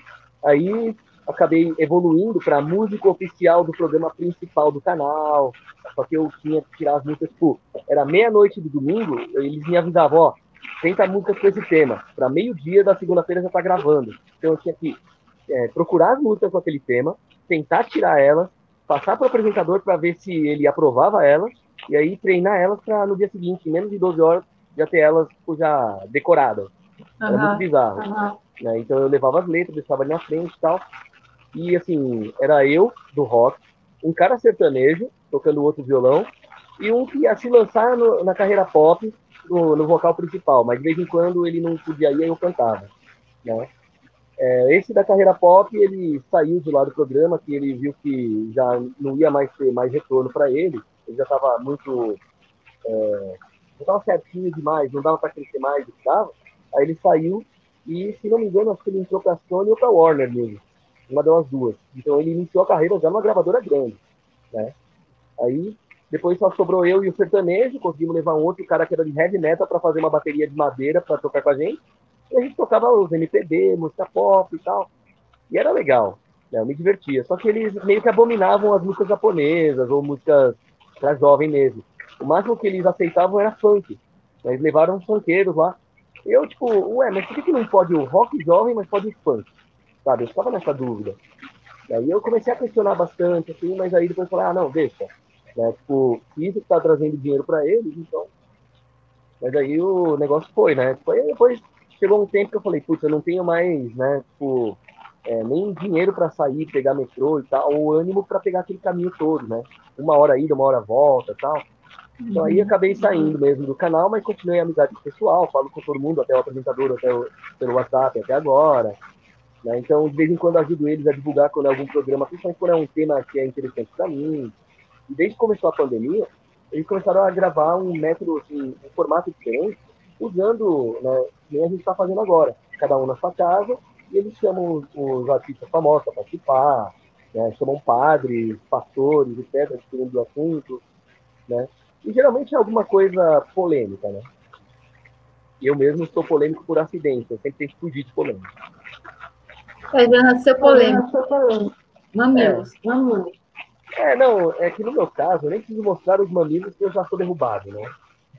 aí acabei evoluindo para música oficial do programa principal do canal. Só que eu tinha que tirar as músicas, tipo, era meia-noite do domingo, eles me avisavam, ó, tenta músicas com esse tema. Para meio-dia da segunda-feira já tá gravando. Então eu tinha que é, procurar as músicas com aquele tema, tentar tirar elas, passar para o apresentador para ver se ele aprovava elas, e aí treinar elas para no dia seguinte, em menos de doze horas, já ter elas tipo, já decoradas. Era muito Uhum. bizarro. Uhum. Né? Então eu levava as letras, deixava ali na frente e tal. E assim, era eu, do rock, um cara sertanejo, tocando outro violão, e um que ia se lançar no, na carreira pop, no, no vocal principal, mas de vez em quando ele não podia ir, aí eu cantava. Né? É, esse da carreira pop, ele saiu de lá do programa, que ele viu que já não ia mais ter mais retorno para ele, ele já estava muito. É, já estava certinho demais, não dava para crescer mais do que dava. Aí ele saiu e, se não me engano, acho que ele entrou para a Sony ou para a Warner mesmo. Uma das duas. Então ele iniciou a carreira já numa gravadora grande. Né? Aí depois só sobrou eu e o sertanejo, conseguimos levar um outro cara que era de heavy metal para fazer uma bateria de madeira para tocar com a gente. E a gente tocava os M P B, música pop e tal. E era legal, né? Eu me divertia. Só que eles meio que abominavam as músicas japonesas ou músicas para jovem mesmo. O máximo que eles aceitavam era funk. Né? Eles levaram funkeiros lá. E eu, tipo, ué, mas por que, que não pode o rock jovem, mas pode o funk? Sabe? Eu ficava nessa dúvida. E aí eu comecei a questionar bastante, assim, mas aí depois eu falei, ah, não, deixa. Né? Tipo, isso que tá trazendo dinheiro para eles, então. Mas aí o negócio foi, né? Tipo, aí depois chegou um tempo que eu falei, putz, eu não tenho mais, né, tipo, é, nem dinheiro para sair, pegar metrô e tal, ou ânimo para pegar aquele caminho todo, né? Uma hora ida, uma hora volta e tal. Então aí acabei saindo mesmo do canal, mas continuei a amizade pessoal, falo com todo mundo, até o apresentador, até o, pelo WhatsApp até agora. Né? Então, de vez em quando ajudo eles a divulgar quando é algum programa, principalmente quando é um tema que é interessante para mim. E desde que começou a pandemia, eles começaram a gravar um método, assim, um formato diferente, usando, né, nem a gente está fazendo agora, cada um na sua casa, e eles chamam os, os artistas famosos para participar, né, chamam padres, pastores, etcétera, dependendo do assunto, né, e geralmente é alguma coisa polêmica, né. Eu mesmo sou polêmico por acidente, eu sempre tenho que fugir de polêmica. já nasceu polêmico. Mamilos. É. Mamilos. É, não, é que no meu caso, eu nem preciso mostrar os mamilos que eu já sou derrubado, né?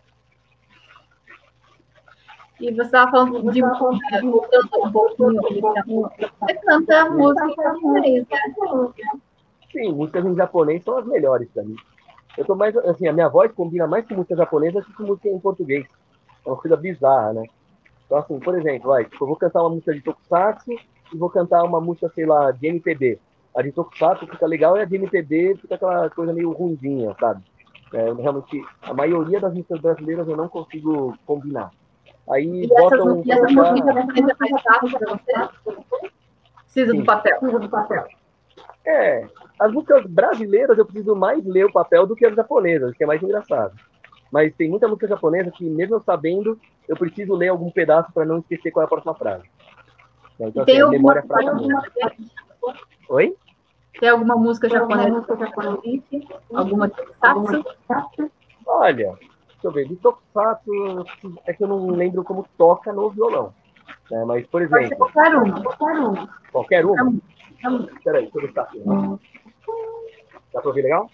E você estava falando de música, voltando um pouquinho, você canta música em japonês, né? Sim, músicas em japonês são as melhores pra mim. Eu tô mais, assim, a minha voz combina mais com música japonesa do que com música em português. É uma coisa bizarra, né? Então, assim, por exemplo, vai, tipo, eu vou cantar uma música de Tokusatsu e vou cantar uma música, sei lá, de M P B. A de Tokusatsu fica legal e a de M P B fica aquela coisa meio ruimzinha, sabe? É, realmente, a maioria das músicas brasileiras eu não consigo combinar. Aí e botam... E essa música japonesa é mais fácil pra você? Precisa Sim. do papel. Precisa do papel. É, as músicas brasileiras eu preciso mais ler o papel do que as japonesas, que é mais engraçado. Mas tem muita música japonesa que, mesmo eu sabendo, eu preciso ler algum pedaço para não esquecer qual é a próxima frase. Então, tem assim, a alguma memória é fraca mesmo. Oi? Tem alguma música japonesa? Alguma tokusatsu? Olha, deixa eu ver, de tokusatsu é que eu não lembro como toca no violão. Né? Mas, por exemplo... Pode ser qualquer uma. Qualquer uma. Qualquer uma? Espera aí, deixa eu ver se tá aqui. Né? Dá pra ouvir legal?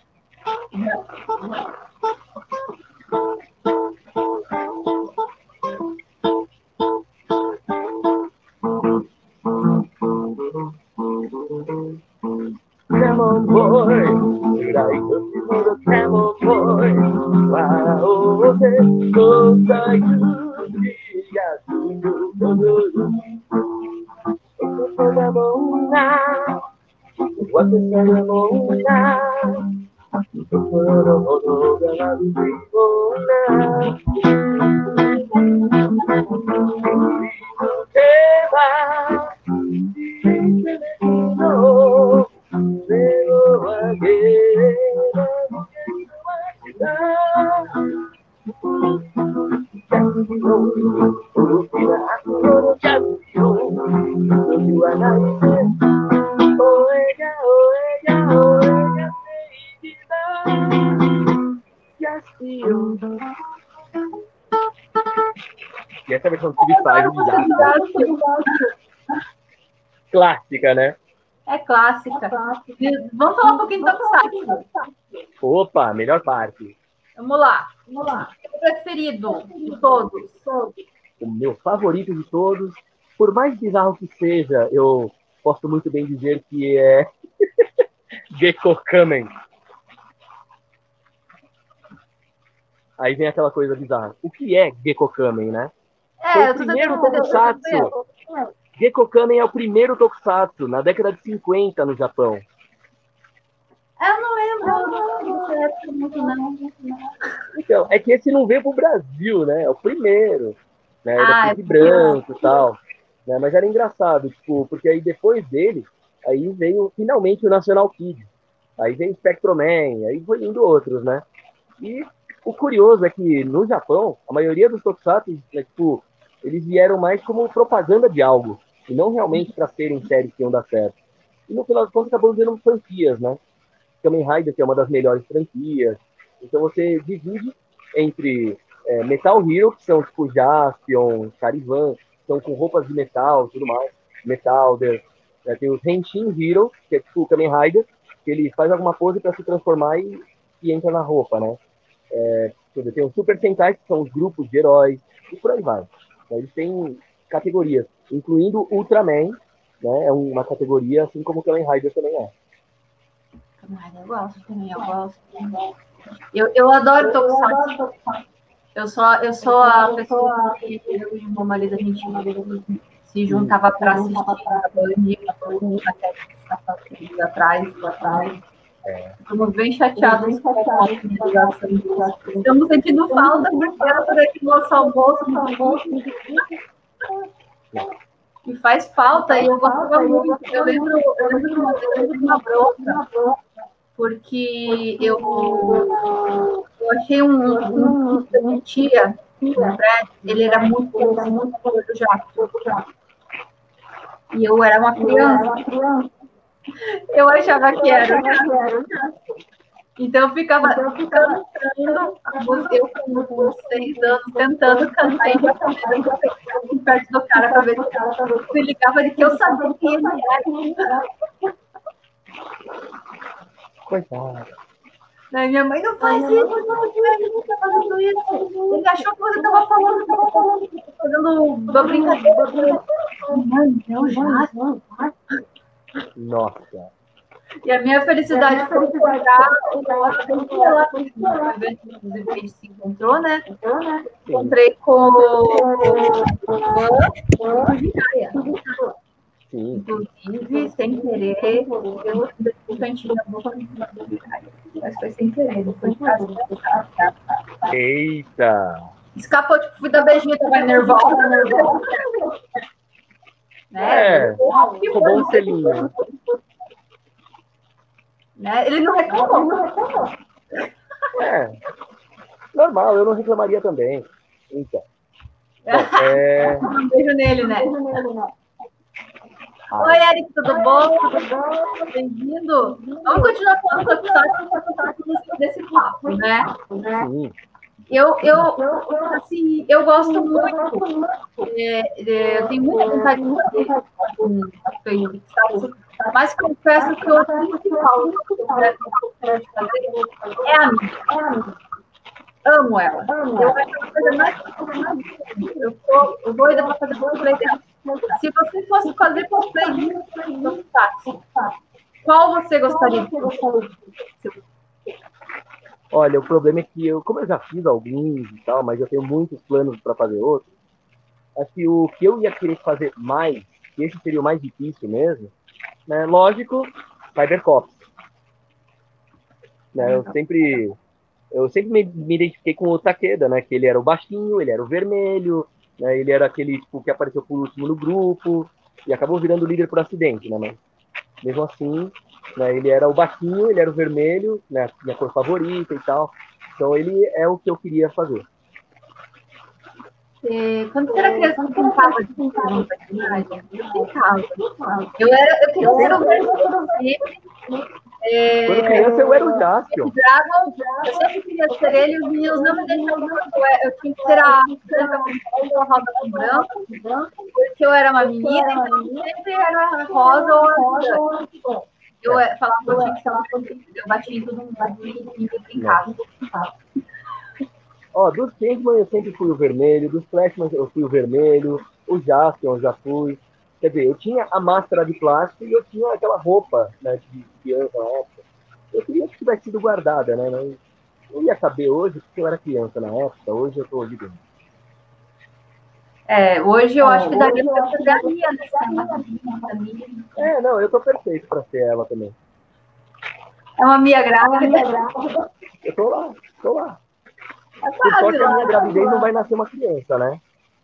Come on, boy, should I go for the come on, boy? Wow, okay, so I do, yeah, do, do, do, do. What the ceremony now? E essa versão de Style clássica, né? É clássica. Vamos falar um pouquinho do Tokusatsu. Opa, melhor parte. Vamos lá. Vamos lá. O preferido de todos. O meu favorito de todos, por mais bizarro que seja, eu posso muito bem dizer que é Gekkokamen. Aí vem aquela coisa bizarra. O que é Gekkokamen, né? É, Foi o primeiro tokusatsu. Gekkokamen é o primeiro tokusatsu, na década de cinquenta no Japão. Eu não lembro. Muito não. Então, é que esse não veio pro Brasil, né? É o primeiro. Né? Era Ah, preto e branco e tal. Né? Mas era engraçado, tipo, porque aí depois dele, aí veio finalmente o National Kid. Aí veio o Spectroman, aí foi indo outros, né? E o curioso é que no Japão, a maioria dos tokusatsu, né, tipo, eles vieram mais como propaganda de algo, e não realmente para serem séries que iam dar certo. E no final das contas acabou sendo franquias, né? Kamen Rider, que é uma das melhores franquias. Então você divide entre é, Metal Hero, que são tipo Jaspion, Charivan, que são com roupas de metal e tudo mais. Metal, né? Tem os Henshin Hero, que é tipo o Kamen Rider, que ele faz alguma pose para se transformar e, e entra na roupa, né? É, tem os Super Sentai, que são os grupos de heróis, e por aí vai. Eles têm categorias, incluindo Ultraman, né? É uma categoria, assim como o Kamen Rider também é. Eu gosto também, eu gosto. Eu, eu adoro Tokusatsu. Eu sou, eu sou a pessoa que eu e o Marisa, a gente se juntava para assistir a Band atrás, atrás. É. Estamos bem chateados com a finalização. Estamos sentindo falta porque ela por aqui no nosso almoço. E faz falta, e eu gostava muito. Eu lembro, eu lembro de uma vez de uma bronca, porque eu, eu achei um, um, um tia, ele era muito, era muito do jato. E eu era uma criança. Eu achava que era. Então eu ficava então, cantando, eu com seis anos, tentando cantar em japonês, perto do cara para ver se ele ligava de que eu sabia quem ele era. Coitado. Daí minha mãe, não faz isso, não está fazendo isso. Ele achou que você estava falando, estava falando, fazendo uma brincadeira. Mãe, eu já. Nossa. E a minha felicidade foi encontrar ela, inclusive a gente se encontrou, né? Encontrei com o Jiraya. Inclusive, sem querer, eu cantinho na boca do Jiraya. Mas foi sem querer, depois de casa. Eita! Escapou, tipo, fui dar beijinho, tava nervosa, nervosa. Né? É, roubou um selinho. Né? Ele não reclamou. É, normal, eu não reclamaria também. Então. Bom, é... Um beijo nele, né? Oi, Eric, tudo bom? Bem-vindo. Vamos continuar falando com o desse papo, né? Sim. Eu, eu, assim, eu gosto muito, é, é, eu tenho muita vontade de fazer um Facebook, mas confesso que o principal que eu quero fazer é a minha. Amo ela. Eu acho que a coisa mais eu sou doida para fazer cosplay dela. Se você fosse fazer cosplay do Tatsu, qual você gostaria de fazer? Olha, o problema é que eu, como eu já fiz alguns e tal, mas eu tenho muitos planos para fazer outros, acho que o que eu ia querer fazer mais, que esse seria o mais difícil mesmo, né? Lógico, Cybercops. Né? Eu sempre, eu sempre me, me identifiquei com o Takeda, né? Que ele era o baixinho, ele era o vermelho, né? Ele era aquele tipo, que apareceu por último no grupo e acabou virando líder por acidente, né? Mas, mesmo assim, né, ele era o baixinho, ele era o vermelho, né, minha cor favorita e tal. Então ele é o que eu queria fazer. E, quando você era criança, você pintava de um personagem? Eu pintava. Eu, era, eu queria ser o vermelho. É... Quando criança eu era o Jaspion. Dragon, eu sempre queria ser ele, os meninos não me deixavam. Eu, eu tinha que ser a branca com a rosa com branco, porque eu era uma menina, então sempre era rosa ou azul. Eu falava que eu tinha que ser uma coisa, eu batia em todo mundo e brincava. Ó, dos Changeman eu sempre fui o vermelho, dos Flashman eu fui o vermelho, o Jaspion eu já fui. Quer dizer, eu tinha a máscara de plástico e eu tinha aquela roupa, né, de criança na época. Eu queria que tivesse sido guardada, né? Não, não ia saber hoje, porque eu era criança na época, hoje eu tô gigante. É, hoje eu é, acho que daria pra fazer a minha, né? É, não, eu tô perfeito pra ser ela também. É uma Mia grávida. Eu tô lá, tô lá. É Por sorte, a minha gravidez não vai nascer uma criança, né?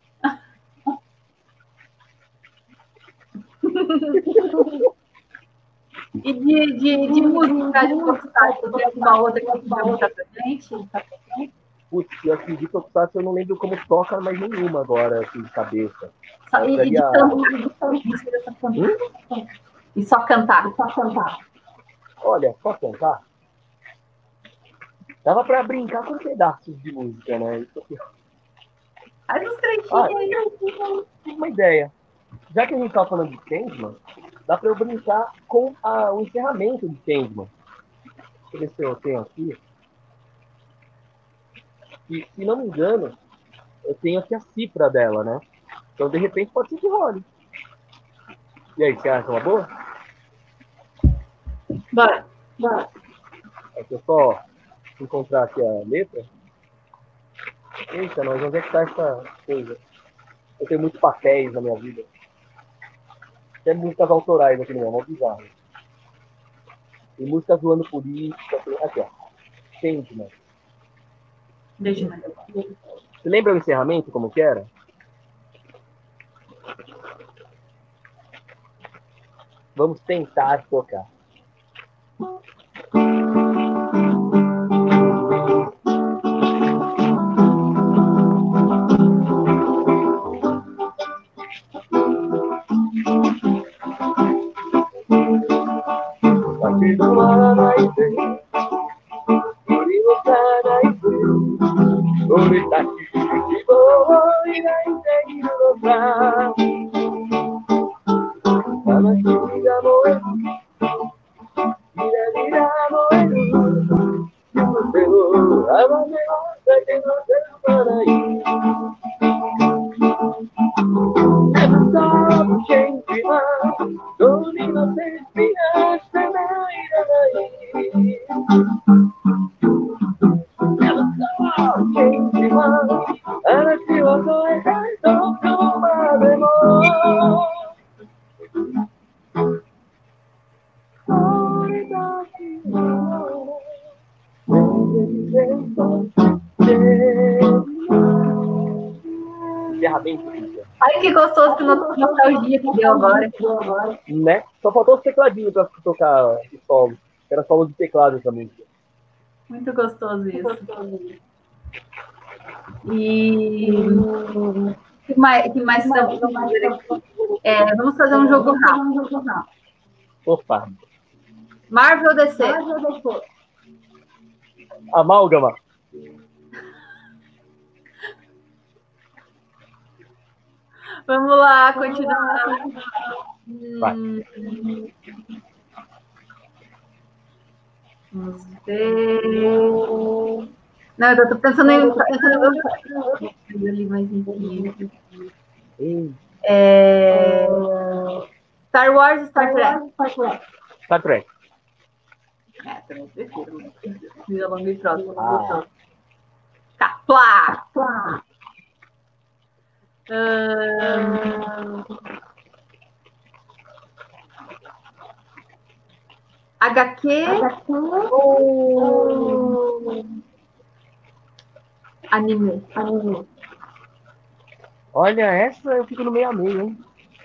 E de, de, de música, de Tokusatsu, você tem alguma outra que você vai mostrar pra gente? Putz, eu acredito que Tokusatsu eu não lembro como toca, mas nenhuma agora, assim, de cabeça. Só, e, e, de cantar, hum? e só cantar. E só cantar. Olha, só cantar? Dava pra brincar com pedaços de música, né? Isso aqui. Faz uns trechinhos ah, aí. Tive uma ideia. Já que a gente tava falando de Changeman, dá pra eu brincar com a, o encerramento de Changeman. Deixa eu ver se eu tenho aqui. E, se não me engano, eu tenho aqui a cifra dela, né? Então, de repente, pode ser que role. E aí, você acha uma boa? Bora. Bora. Deixa eu só encontrar aqui a letra. Eita, nós, onde é que tá essa coisa? Eu tenho muitos papéis na minha vida. Tem músicas autorais aqui no meu, é bizarro. Tem música zoando política. Tem... Aqui, ó. Changeman. Deixa eu ver. Você lembra o encerramento, como que era? Vamos tentar tocar. 俺たち希望を抱いているのさ。魂が燃える、ギラギラ燃える、夢を泡ではだけのせるない。Never stop changing my don't need no safety as the night Never stop changing my 嵐を越えたいどこまでも俺たちの全然とFerramenta. Ai, que gostoso que nostalgia que deu agora. Né? Só faltou os tecladinhos pra tocar o solo. Era solo de teclado essa música. Muito gostoso isso. E que mais, que mais vamos fazer aqui? É, vamos fazer um jogo rápido. Opa. Marvel ou D C? Amálgama. Vamos lá, continuar. Vai. Vamos ver. Não, eu tô pensando em. Ali mais em é... Star Wars ou Star Trek? Star Trek. É, também prefiro. Vida longa e próxima. Ah. Tá, plá! Plá! Uh... H Q ou anime? Anime. Olha, essa eu fico no meio a meio, hein?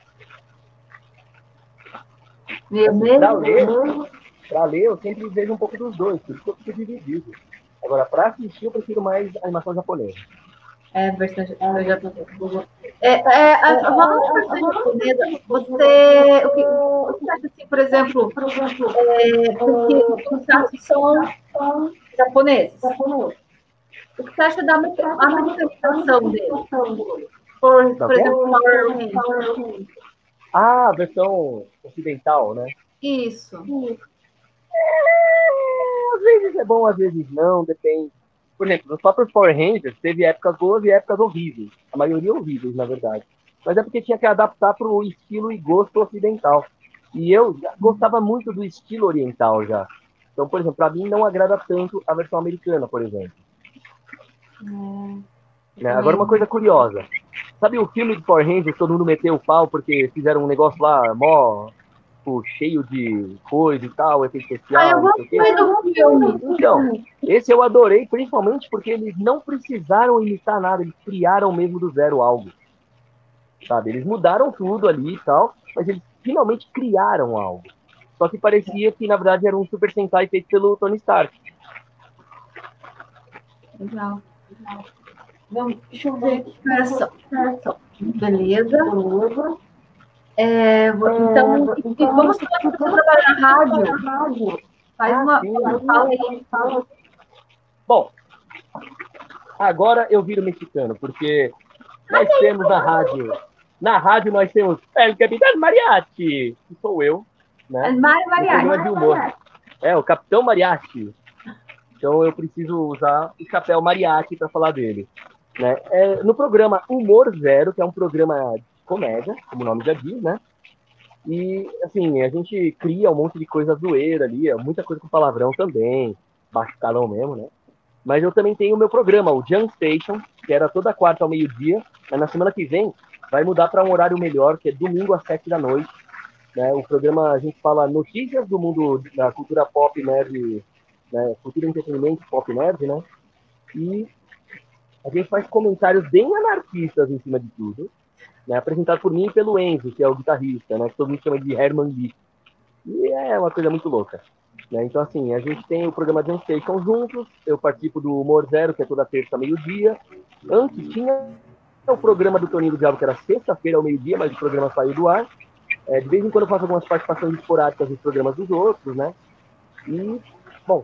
Meio a meio? Pra ler, pra ler, eu sempre vejo um pouco dos dois, por isso que eu fico dividido. Agora, pra assistir, eu prefiro mais animação japonesa. É, versão japonesa. É, é, falando de versão japonesa, você, o que, o que você acha assim, por exemplo, é, porque os traços são japoneses. O que você acha da apresentação deles? Por, por exemplo, Power Rangers. Ah, a versão ocidental, né? Isso. É, às vezes é bom, às vezes não, depende. Por exemplo, no próprio Power Rangers teve épocas boas e épocas horríveis. A maioria horríveis, na verdade. Mas é porque tinha que adaptar para o estilo e gosto ocidental. E eu gostava muito do estilo oriental já. Então, por exemplo, para mim não agrada tanto a versão americana, por exemplo. Hum, né? Agora, uma coisa curiosa. Sabe o filme de Power Rangers, todo mundo meteu o pau porque fizeram um negócio lá, mó... cheio de coisa e tal, efeito especial. Ah, eu gostei do filme. Então, esse eu adorei, principalmente porque eles não precisaram imitar nada, eles criaram mesmo do zero algo. Sabe? Eles mudaram tudo ali e tal, mas eles finalmente criaram algo. Só que parecia que, na verdade, era um Super Sentai feito pelo Tony Stark. Legal. Vamos, deixa eu ver aqui. Espera só. Beleza. Beleza. É, então, é, então, vamos falar que você trabalha na rádio. Faz uma, uma fala aí. Bom, agora eu viro mexicano, porque nós temos na rádio. Na rádio nós temos El Capitão Mariachi, que sou eu. Né? Mário Mariachi. De humor. É, o Capitão Mariachi. Então eu preciso usar o chapéu Mariachi para falar dele. Né? É, no programa Humor Zero, que é um programa de comédia, como o nome já diz, né? E, assim, a gente cria um monte de coisa zoeira ali, muita coisa com palavrão também, baixo calão mesmo, né? Mas eu também tenho o meu programa, o Jump Station, que era toda quarta ao meio-dia, mas na semana que vem vai mudar para um horário melhor, que é domingo às sete da noite. Né? O programa, a gente fala notícias do mundo da cultura pop nerd, né? Cultura entretenimento pop nerd, né? E a gente faz comentários bem anarquistas em cima de tudo. Né, apresentado por mim e pelo Enzo, que é o guitarrista, né, que todo mundo chama de Herman Lee. E é uma coisa muito louca. Né? Então, assim, a gente tem o programa Jump Station juntos, eu participo do Humor Zero, que é toda terça, meio-dia. Antes tinha o programa do Toninho do Diabo, que era sexta-feira ao meio-dia, mas o programa saiu do ar. É, de vez em quando eu faço algumas participações esporádicas nos programas dos outros, né? E, bom,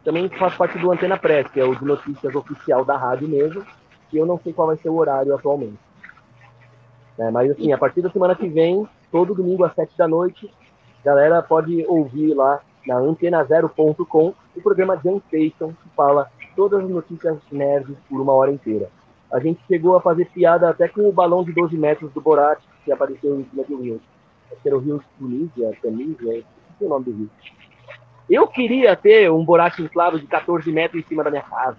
também faço parte do Antena Press, que é o de notícias oficial da rádio mesmo, e eu não sei qual vai ser o horário atualmente. É, mas assim, a partir da semana que vem, todo domingo às sete da noite, a galera pode ouvir lá na antena zero ponto com o programa Jam Station, que fala todas as notícias nerds por uma hora inteira. A gente chegou a fazer piada até com o balão de doze metros do Borat, que apareceu em cima do rio. Acho que era o rio Tunísia, Tunísia, esqueci o nome do rio. Eu queria ter um Borat inflável de quatorze metros em cima da minha casa.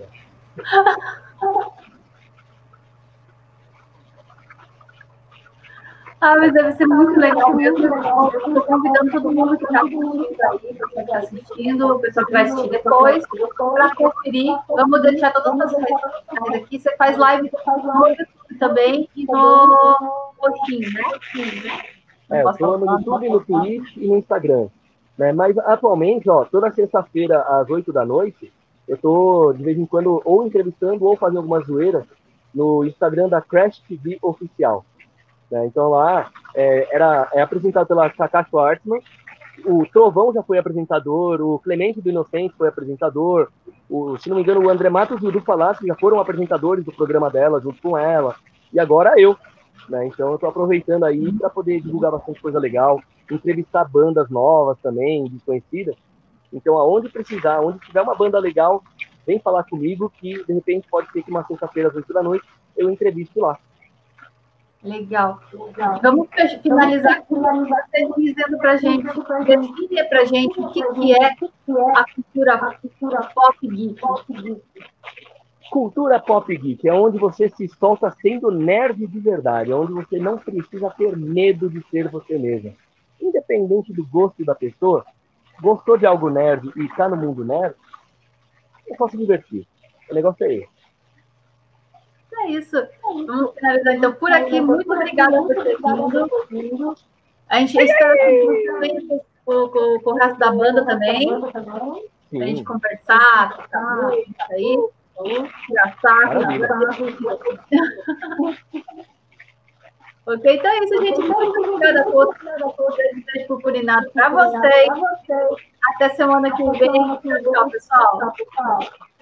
Ah, mas deve ser muito legal mesmo. Estou convidando todo mundo que está assistindo aí, para estar assistindo, o pessoal que vai assistir depois, para conferir. Vamos deixar todas as redes sociais aqui. Você faz live no YouTube também e no Roxinho, né? É, eu estou no YouTube, no Twitch e no Instagram. Né? Mas atualmente, ó, toda sexta-feira às oito da noite, eu estou de vez em quando ou entrevistando ou fazendo algumas zoeiras no Instagram da Crash T V Oficial. Né? Então lá é, era, é apresentado pela Kaká Schwartzman, o Trovão já foi apresentador, o Clemente do Inocente foi apresentador, o, se não me engano o André Matos e o Du Palácio já foram apresentadores do programa dela, junto com ela, e agora eu. Né? Então eu estou aproveitando aí para poder divulgar bastante coisa legal, entrevistar bandas novas também, desconhecidas. Então aonde precisar, onde tiver uma banda legal, vem falar comigo que de repente pode ser que uma sexta-feira às oito da noite eu entrevisto lá. Legal. Legal. Vamos finalizar com você dizendo para a gente, define para a gente o que, que é a cultura, a cultura pop geek. Cultura pop geek é onde você se solta sendo nerd de verdade, é onde você não precisa ter medo de ser você mesmo. Independente do gosto da pessoa, gostou de algo nerd e está no mundo nerd, é só se divertir. O negócio é esse. É isso. Vamos finalizar então por aqui. Muito obrigada por ter vindo. A gente espera que você venha com, com, com o resto da banda também. Sim. A gente conversar, trocar música aí. Engraçado. Ok, então é isso, gente. Muito obrigada a todos. Um beijo purpurinado para vocês. Até semana que vem. Tchau, pessoal.